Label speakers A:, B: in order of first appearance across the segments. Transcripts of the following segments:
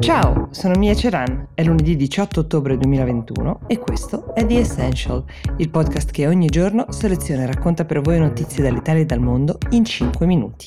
A: Ciao, sono Mia Ceran, è lunedì 18 ottobre 2021 e questo è The Essential, il podcast che ogni giorno seleziona e racconta per voi notizie dall'Italia e dal mondo in 5 minuti.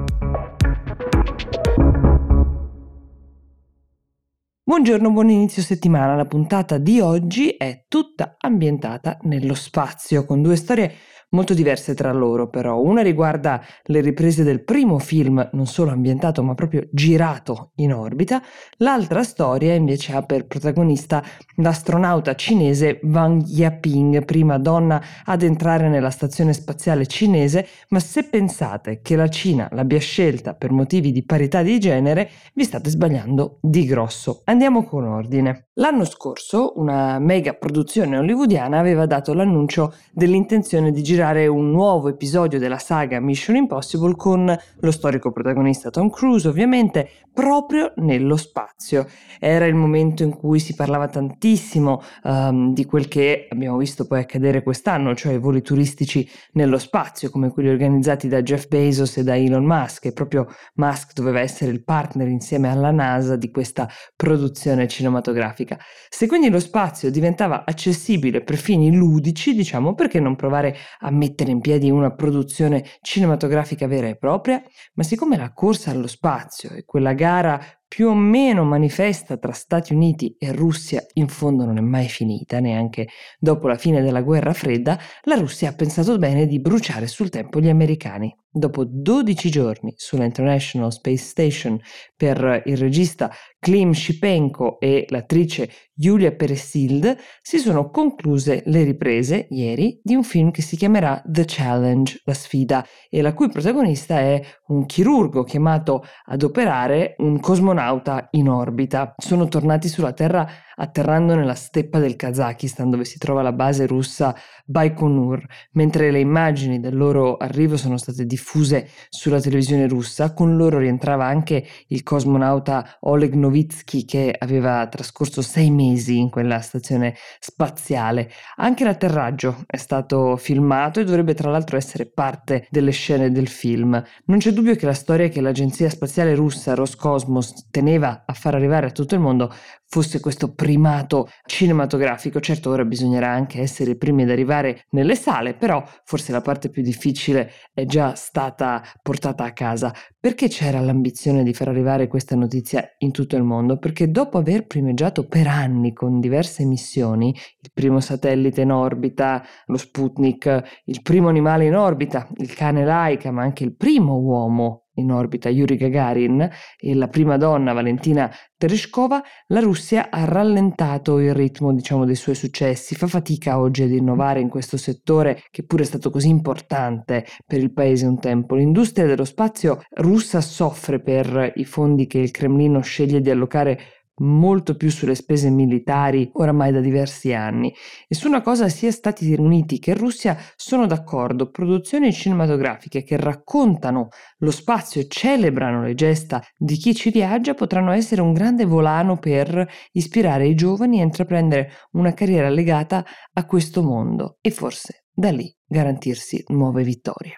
A: Buongiorno, buon inizio settimana. La puntata di oggi è tutta ambientata nello spazio, con due storie molto diverse tra loro però. Una riguarda le riprese del primo film, non solo ambientato ma proprio girato in orbita, l'altra storia invece ha per protagonista l'astronauta cinese Wang Yaping, prima donna ad entrare nella stazione spaziale cinese, ma se pensate che la Cina l'abbia scelta per motivi di parità di genere, vi state sbagliando di grosso. Andiamo con ordine. L'anno scorso una mega produzione hollywoodiana aveva dato l'annuncio dell'intenzione di girare un nuovo episodio della saga Mission Impossible con lo storico protagonista Tom Cruise, ovviamente, proprio nello spazio. Era il momento in cui si parlava tantissimo di quel che abbiamo visto poi accadere quest'anno, cioè i voli turistici nello spazio, come quelli organizzati da Jeff Bezos e da Elon Musk, e proprio Musk doveva essere il partner insieme alla NASA di questa produzione cinematografica. Se quindi lo spazio diventava accessibile per fini ludici, diciamo, perché non provare a mettere in piedi una produzione cinematografica vera e propria? Ma siccome la corsa allo spazio e quella gara più o meno manifesta tra Stati Uniti e Russia in fondo non è mai finita, neanche dopo la fine della guerra fredda, la Russia ha pensato bene di bruciare sul tempo gli americani. Dopo 12 giorni sulla International Space Station per il regista Klim Shipenko e l'attrice Yulia Peresild si sono concluse le riprese ieri di un film che si chiamerà The Challenge, la sfida, e la cui protagonista è un chirurgo chiamato ad operare un cosmonauta in orbita. Sono tornati sulla Terra atterrando nella steppa del Kazakistan, dove si trova la base russa Baikonur, mentre le immagini del loro arrivo sono state diffuse sulla televisione russa. Con loro rientrava anche il cosmonauta Oleg Novitsky, che aveva trascorso 6 mesi in quella stazione spaziale. Anche l'atterraggio è stato filmato e dovrebbe tra l'altro essere parte delle scene del film. Non c'è dubbio che la storia che l'agenzia spaziale russa Roscosmos teneva a far arrivare a tutto il mondo fosse questo primato cinematografico. Certo, ora bisognerà anche essere i primi ad arrivare nelle sale, però forse la parte più difficile è già stata portata a casa. Perché c'era l'ambizione di far arrivare questa notizia in tutto il mondo? Perché dopo aver primeggiato per anni con diverse missioni, il primo satellite in orbita, lo Sputnik, il primo animale in orbita, il cane Laika, ma anche il primo uomo in orbita, Yuri Gagarin, e la prima donna, Valentina Tereshkova, la Russia ha rallentato il ritmo, dei suoi successi. Fa fatica oggi ad innovare in questo settore che pure è stato così importante per il paese un tempo. L'industria dello spazio russa soffre per i fondi che il Cremlino sceglie di allocare molto più sulle spese militari oramai da diversi anni, e su una cosa sia Stati Uniti che Russia sono d'accordo: produzioni cinematografiche che raccontano lo spazio e celebrano le gesta di chi ci viaggia potranno essere un grande volano per ispirare i giovani a intraprendere una carriera legata a questo mondo e forse da lì garantirsi nuove vittorie.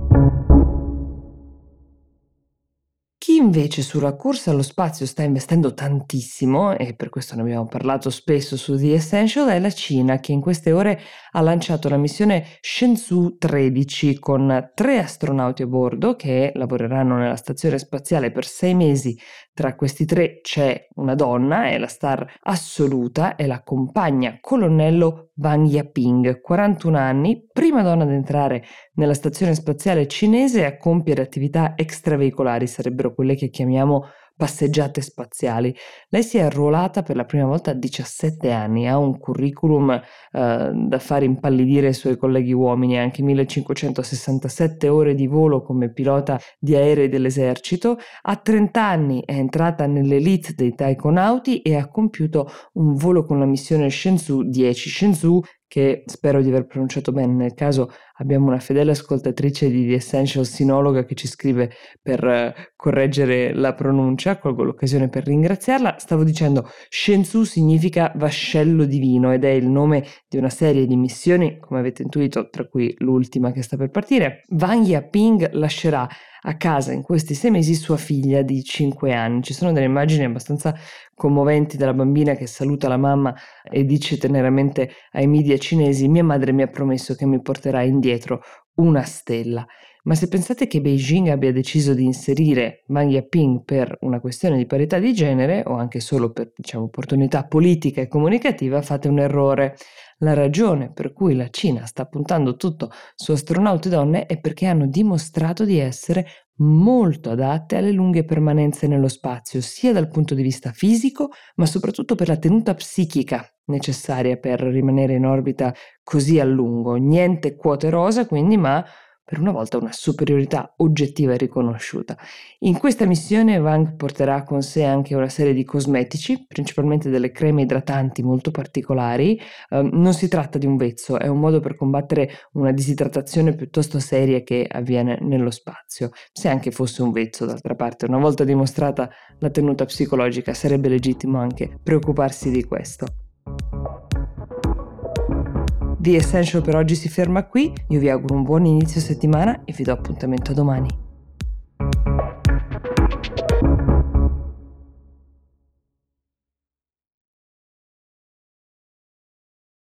A: Chi invece sulla corsa allo spazio sta investendo tantissimo, e per questo ne abbiamo parlato spesso su The Essential, è la Cina, che in queste ore ha lanciato la missione Shenzhou 13 con 3 astronauti a bordo che lavoreranno nella stazione spaziale per 6 mesi. Tra questi 3 c'è una donna, è la star assoluta, è la compagna colonnello Wang Yaping, 41 anni, prima donna ad entrare nella stazione spaziale cinese e a compiere attività extraveicolari, sarebbero quelle che chiamiamo passeggiate spaziali. Lei si è arruolata per la prima volta a 17 anni, ha un curriculum da fare impallidire i suoi colleghi uomini, anche 1567 ore di volo come pilota di aerei dell'esercito. A 30 anni è entrata nell'elite dei taikonauti e ha compiuto un volo con la missione Shenzhou 10. Shenzhou, che spero di aver pronunciato bene, nel caso abbiamo una fedele ascoltatrice di The Essential sinologa che ci scrive per correggere la pronuncia, colgo l'occasione per ringraziarla. Stavo dicendo, Shenzhou significa vascello divino ed è il nome di una serie di missioni, come avete intuito, tra cui l'ultima che sta per partire. Wang Yaping lascerà a casa in questi 6 mesi sua figlia di 5 anni. Ci sono delle immagini abbastanza commoventi della bambina che saluta la mamma e dice teneramente ai media cinesi: mia madre mi ha promesso che mi porterà indietro una stella. Ma se pensate che Beijing abbia deciso di inserire Wang Yaping per una questione di parità di genere o anche solo per, opportunità politica e comunicativa, fate un errore. La ragione per cui la Cina sta puntando tutto su astronauti donne è perché hanno dimostrato di essere molto adatte alle lunghe permanenze nello spazio, sia dal punto di vista fisico, ma soprattutto per la tenuta psichica necessaria per rimanere in orbita così a lungo. Niente quote rosa, quindi, ma per una volta una superiorità oggettiva e riconosciuta. In questa missione Wang porterà con sé anche una serie di cosmetici, principalmente delle creme idratanti molto particolari. Non si tratta di un vezzo, è un modo per combattere una disidratazione piuttosto seria che avviene nello spazio. Se anche fosse un vezzo, d'altra parte, una volta dimostrata la tenuta psicologica, sarebbe legittimo anche preoccuparsi di questo. The Essential per oggi si ferma qui, io vi auguro un buon inizio settimana e vi do appuntamento a domani.